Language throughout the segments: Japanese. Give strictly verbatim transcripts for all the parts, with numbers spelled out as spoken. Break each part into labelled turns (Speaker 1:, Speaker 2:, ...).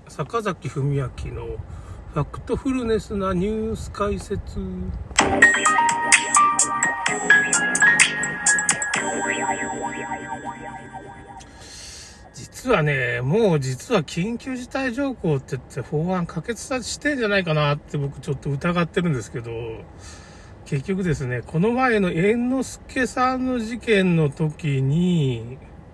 Speaker 1: 坂崎文明のファクトフルネスなニュース解説。実はね、もう実は緊急事態条項って言って法案可決してんじゃないかなって僕ちょっと疑ってるんですけど、結局ですね、この前の猿之助さんの事件の時に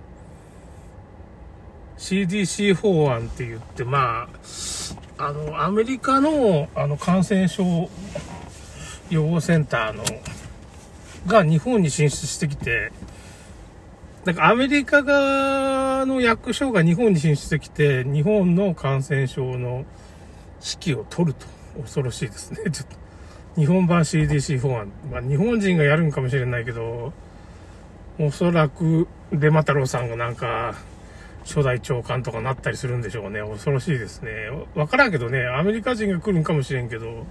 Speaker 1: シーディーシー 法案って言って、まあ、あの、アメリカのあの感染症予防センターのが日本に進出してきて、なんかアメリカ側の役所が日本に進出してきて、日本の感染症の指揮を取ると。恐ろしいですね。ちょっと日本版 シーディーシー 法案。まあ日本人がやるんかもしれないけど、おそらく出間太郎さんがなんか初代長官とかなったりするんでしょうね。恐ろしいですね。わからんけどね、アメリカ人が来るんかもしれんけど、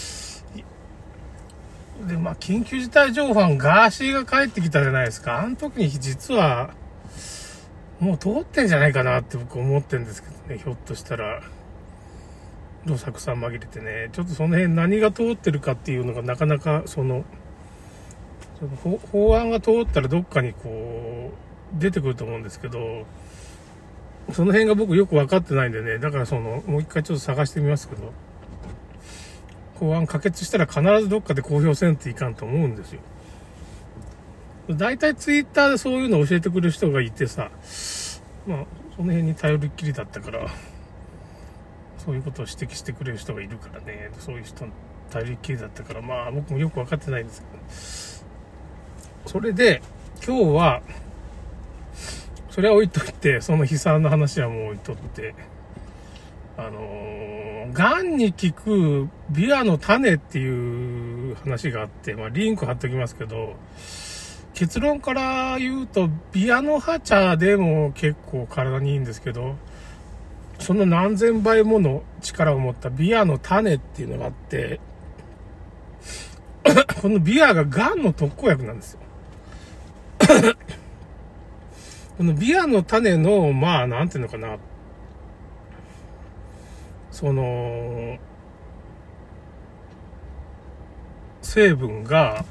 Speaker 1: で、まあ、緊急事態条項、ガーシーが帰ってきたじゃないですか。あの時に実は、もう通ってんじゃないかなって僕思ってんですけどね。ひょっとしたら、どさくさん紛れてね。ちょっとその辺何が通ってるかっていうのがなかなか、その、その法案が通ったらどっかにこう、出てくると思うんですけど、その辺が僕よくわかってないんでね。だからその、もう一回ちょっと探してみますけど、法案可決したら必ずどっかで公表せんといかんと思うんですよ。だいたいツイッターでそういうのを教えてくれる人がいてさ、まあ、その辺に頼りっきりだったから、そういうことを指摘してくれる人がいるからね、そういう人に頼りっきりだったから、まあ僕もよくわかってないんですけど、それで、今日は、それは置いといて、その悲惨な話はもう置いとって、あのー、癌に効くビアの種っていう話があって、まあリンク貼っておきますけど、結論から言うとビアの葉茶でも結構体にいいんですけど、その何千倍もの力を持ったビアの種っていうのがあって、このビアが癌の特効薬なんですよ。このビアの種の、まあなんていうのかな、その成分が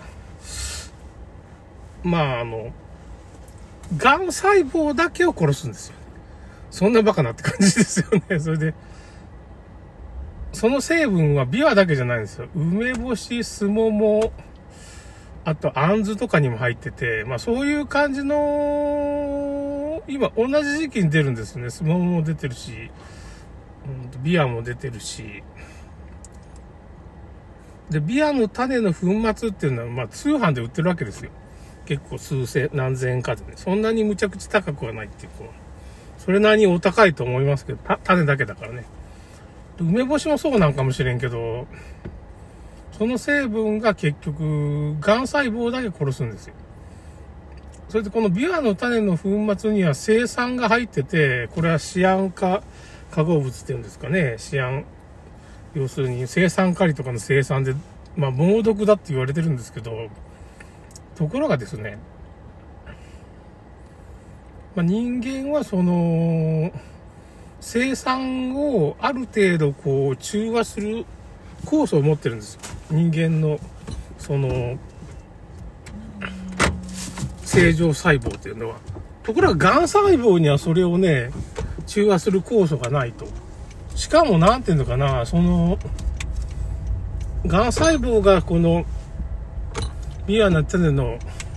Speaker 1: まああの癌細胞だけを殺すんですよ。そんなバカなって感じですよね。それでその成分はビワだけじゃないんですよ。梅干し、スモモ、あとアンズとかにも入ってて、まあそういう感じの今同じ時期に出るんですよね。スモモも出てるし、ビアも出てるし。で、ビアの種の粉末っていうのは、まあ通販で売ってるわけですよ。結構数千、何千円かでね。そんなにむちゃくちゃ高くはないっていう、こう。それなりにお高いと思いますけど、種だけだからね。梅干しもそうなんかもしれんけど、その成分が結局、癌細胞だけ殺すんですよ。それでこのビアの種の粉末には青酸が入ってて、これはシアン化、化合物っていうんですかね。シアン、要するに青酸カリとかの青酸で、まあ猛毒だって言われてるんですけど、ところがですね、まあ、人間はその、青酸をある程度こう中和する酵素を持ってるんですよ。人間の、その、正常細胞っていうのは。ところが癌細胞にはそれをね、中和する酵素がないと。しかもなんていうのかな、その、癌細胞がこの、ビアの種の、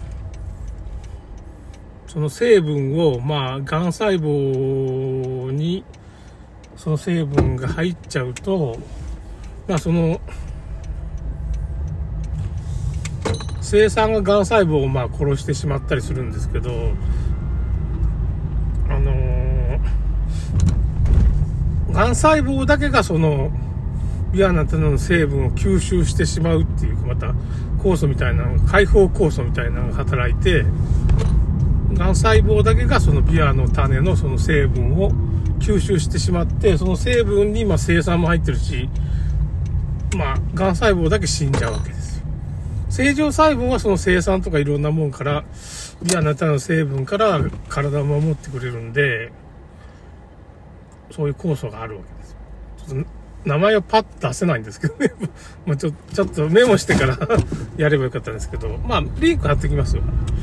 Speaker 1: その成分を、まあ、癌細胞に、その成分が入っちゃうと、まあ、その、青酸が癌細胞をまあ殺してしまったりするんですけど、あのー、癌細胞だけがそのビアナテの成分を吸収してしまうっていう、また酵素みたいな、解放酵素みたいなのが働いて、癌細胞だけがそのビアの種のその成分を吸収してしまって、その成分にまあ青酸も入ってるし、まあ癌細胞だけ死んじゃうわけです。正常細胞はその青酸とかいろんなもんから、ビアナタの成分から体を守ってくれるんで、 そういう酵素があるわけですよ。ちょっと名前をパッと出せないんですけどね。まあちょ、ちょっとメモしてからやればよかったんですけど、まあ、リンク貼ってきますよ。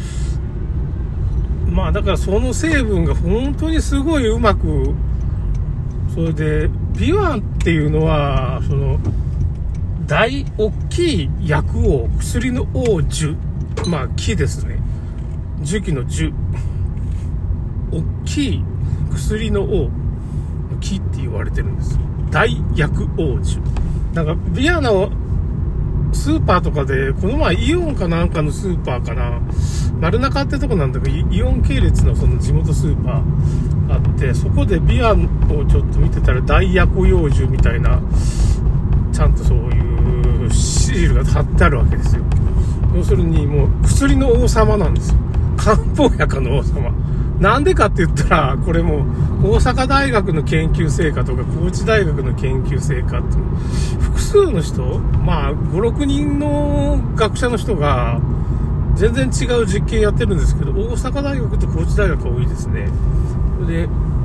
Speaker 1: まあ、だからその成分が本当にすごいうまく、それで、ビワンっていうのは、その、大、大きい薬王、薬の王樹、まあ、木ですね。樹木の樹。大きい薬の王、木って言われてるんですよ。大薬王樹。なんか、ビアのスーパーとかで、この前イオンかなんかのスーパーかな、丸中ってとこなんだけど、イオン系列のその地元スーパーあって、そこでビアをちょっと見てたら、大薬王樹みたいな、ちゃんとそういうシールが貼ってあるわけですよ。要するにもう薬の王様なんですよ。漢方薬の王様。なんでかって言ったら、これも大阪大学の研究成果とか高知大学の研究成果って複数の人、まあご、ろくにんの学者の人が全然違う実験やってるんですけど、大阪大学と高知大学が多いですね。で、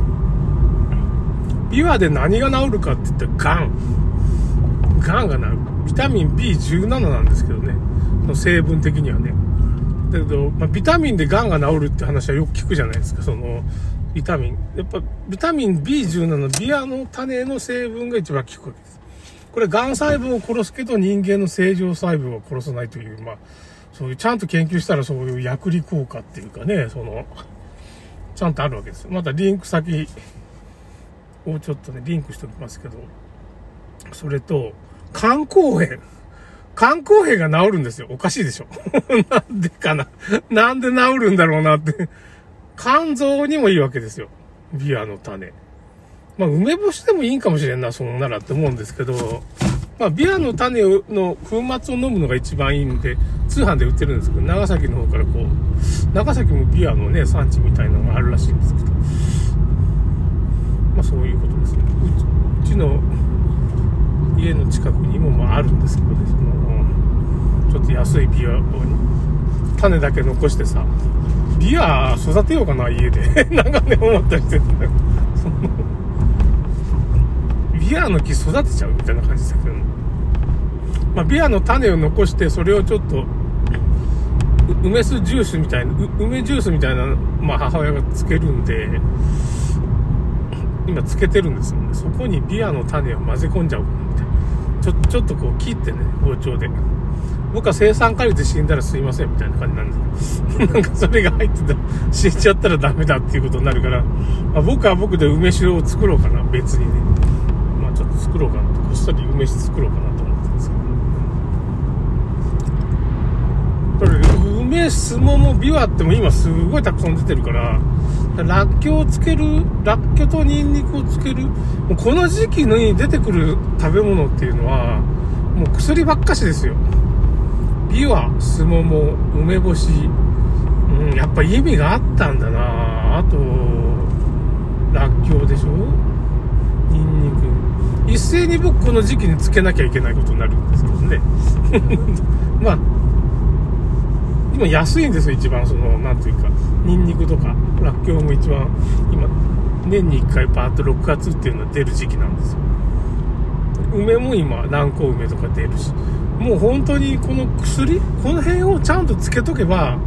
Speaker 1: ビワで何が治るかって言ったらガン。ガンが治る。ビタミンビーじゅうなな なんですけどね。の成分的にはね。だけど、まあ、ビタミンでガンが治るって話はよく聞くじゃないですか。その、ビタミン。やっぱ、ビタミンビーじゅうなな、ビアの種の成分が一番効くわけです。これ、ガン細胞を殺すけど、人間の正常細胞は殺さないという、まあ、そういう、ちゃんと研究したらそういう薬理効果っていうかね、その、ちゃんとあるわけです。また、リンク先をちょっとね、リンクしておきますけど、それと、肝硬変。肝硬変が治るんですよ。おかしいでしょ。なんでかな。なんで治るんだろうなって。肝臓にもいいわけですよ。ビアの種。まあ、梅干しでもいいんかもしれんな、そんならって思うんですけど、まあ、ビアの種の粉末を飲むのが一番いいんで、通販で売ってるんですけど、長崎の方からこう、長崎もビアのね、産地みたいなのがあるらしいんですけど、まあ、そういうことですね。うち、うちの家の近くにもまああるんですけどね、そのちょっと安いビアを種だけ残してさ、ビア育てようかな家でなんかね思ったりしてるんだけど、そのビアの木育てちゃうみたいな感じだけど、まあビアの種を残してそれをちょっと梅酢ジュースみたいな梅ジュースみたいな、まあ母親がつけるんで。今つけてるんですよね。そこにビアの種を混ぜ込んじゃおうかなみたいな。ちょ、ちょっとこう切ってね、包丁で。僕は生産カリで死んだらすいませんみたいな感じなんですけど。なんかそれが入ってたら死んじゃったらダメだっていうことになるから、まあ、僕は僕で梅酒を作ろうかな、別にね。まあちょっと作ろうかなと。こっそり梅酒作ろうかなと思ってるんですけど。これ梅、スモモ、ビワっても今すごいたくさん出てるから、らっきょうをつける、らっきょうとニンニクをつける、もうこの時期に出てくる食べ物っていうのはもう薬ばっかしですよ。ビワ、スモモ、梅干し、うん、やっぱ意味があったんだな。あとらっきょうでしょ、ニンニク。一斉に僕この時期につけなきゃいけないことになるんですけどねまあ今安いんですよ、一番その、なんというか、ニンニクとか、らっきょうも一番、今、年にいっかいパーッとろくがつっていうのは出る時期なんですよ。梅も今、南高梅とか出るし、もう本当にこの薬、この辺をちゃんとつけとけば、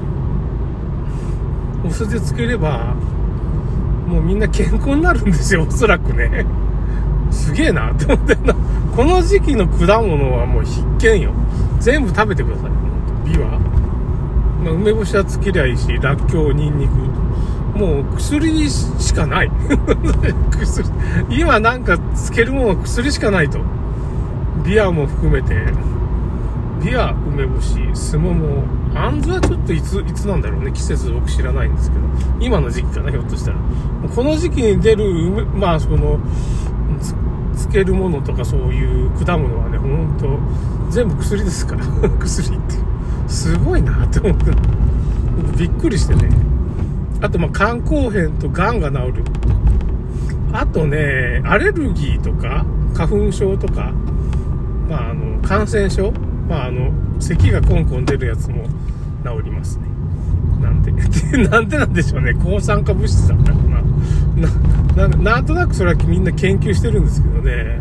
Speaker 1: お酢でつければ、もうみんな健康になるんですよ、おそらくね。すげえなって思ってんな。この時期の果物はもう必見よ。全部食べてください。ビワ。まあ、梅干しはつけりゃいいし、らっきょう、ニンニク、もう薬しかない薬、今なんかつけるものは薬しかないと。ビアも含めて、ビア、梅干し、スモモ、あんずはちょっといついつなんだろうね、季節僕知らないんですけど、今の時期かな、ひょっとしたら。この時期に出る梅、まあそのつ、つけるものとかそういう果物はね、ほんと全部薬ですから薬ってすごいなって思って僕びっくりしてね。あとまあ肝硬変とがんが治る。あとね、アレルギーとか花粉症とか、まああの感染症、まああの咳がコンコン出るやつも治りますね。なんでなんでなんでしょうね。抗酸化物質だったかな。なな, なんとなくそれはみんな研究してるんですけどね。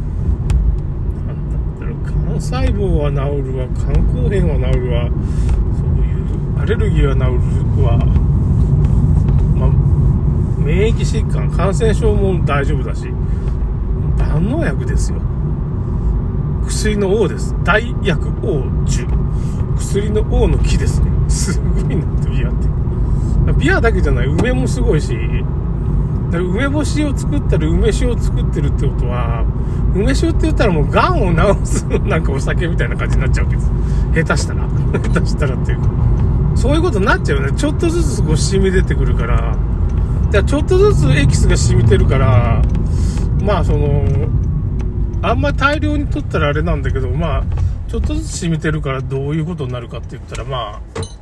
Speaker 1: なんだろう、幹細胞は治るわ、肝硬変は治るわ、そういうアレルギーは治るわ、まあ、免疫疾患、感染症も大丈夫だし、万能薬ですよ。薬の王です。大薬王樹。薬の王の木ですね。すごいなってビアって。ビアだけじゃない、梅もすごいし、梅干しを作ったり梅酒を作ってるってことは、梅酒って言ったらもうがんを治すなんかお酒みたいな感じになっちゃうわけです。下手したら下手したらっていうか、そういうことになっちゃうよね。ちょっとずつこう染み出てくるから、だからちょっとずつエキスが染みてるから、まあそのあんまり大量に取ったらあれなんだけど、まあちょっとずつ染みてるからどういうことになるかって言ったら、ま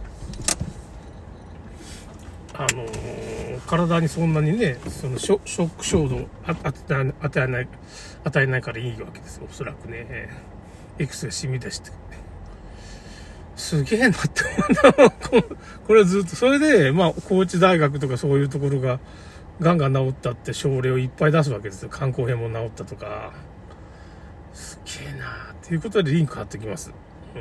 Speaker 1: ああのー、体にそんなにね、そのショック衝動を与えない、与えないからいいわけですよ。おそらくね、エキスが染み出して。すげえなって思う。これずっと、それで、まあ、高知大学とかそういうところが、がんが治ったって症例をいっぱい出すわけですよ。肝硬変も治ったとか。すげえなーっていうことでリンク貼ってきます。う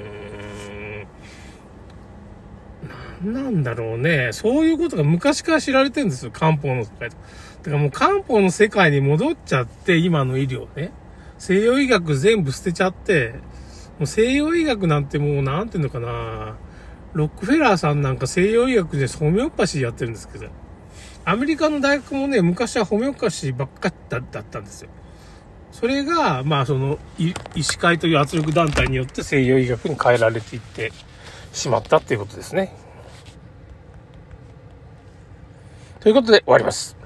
Speaker 1: ーん。なんなんだろうね。そういうことが昔から知られてるんですよ。漢方の世界とか。だからもう漢方の世界に戻っちゃって、今の医療ね。西洋医学全部捨てちゃって、もう西洋医学なんてもうなんていうのかな、ロックフェラーさんなんか西洋医学でホメオパシーやってるんですけど、アメリカの大学もね、昔はホメオパシーばっかりだったんですよ。それが、まあその、医師会という圧力団体によって西洋医学に変えられていってしまったっていうことですね。ということで終わります。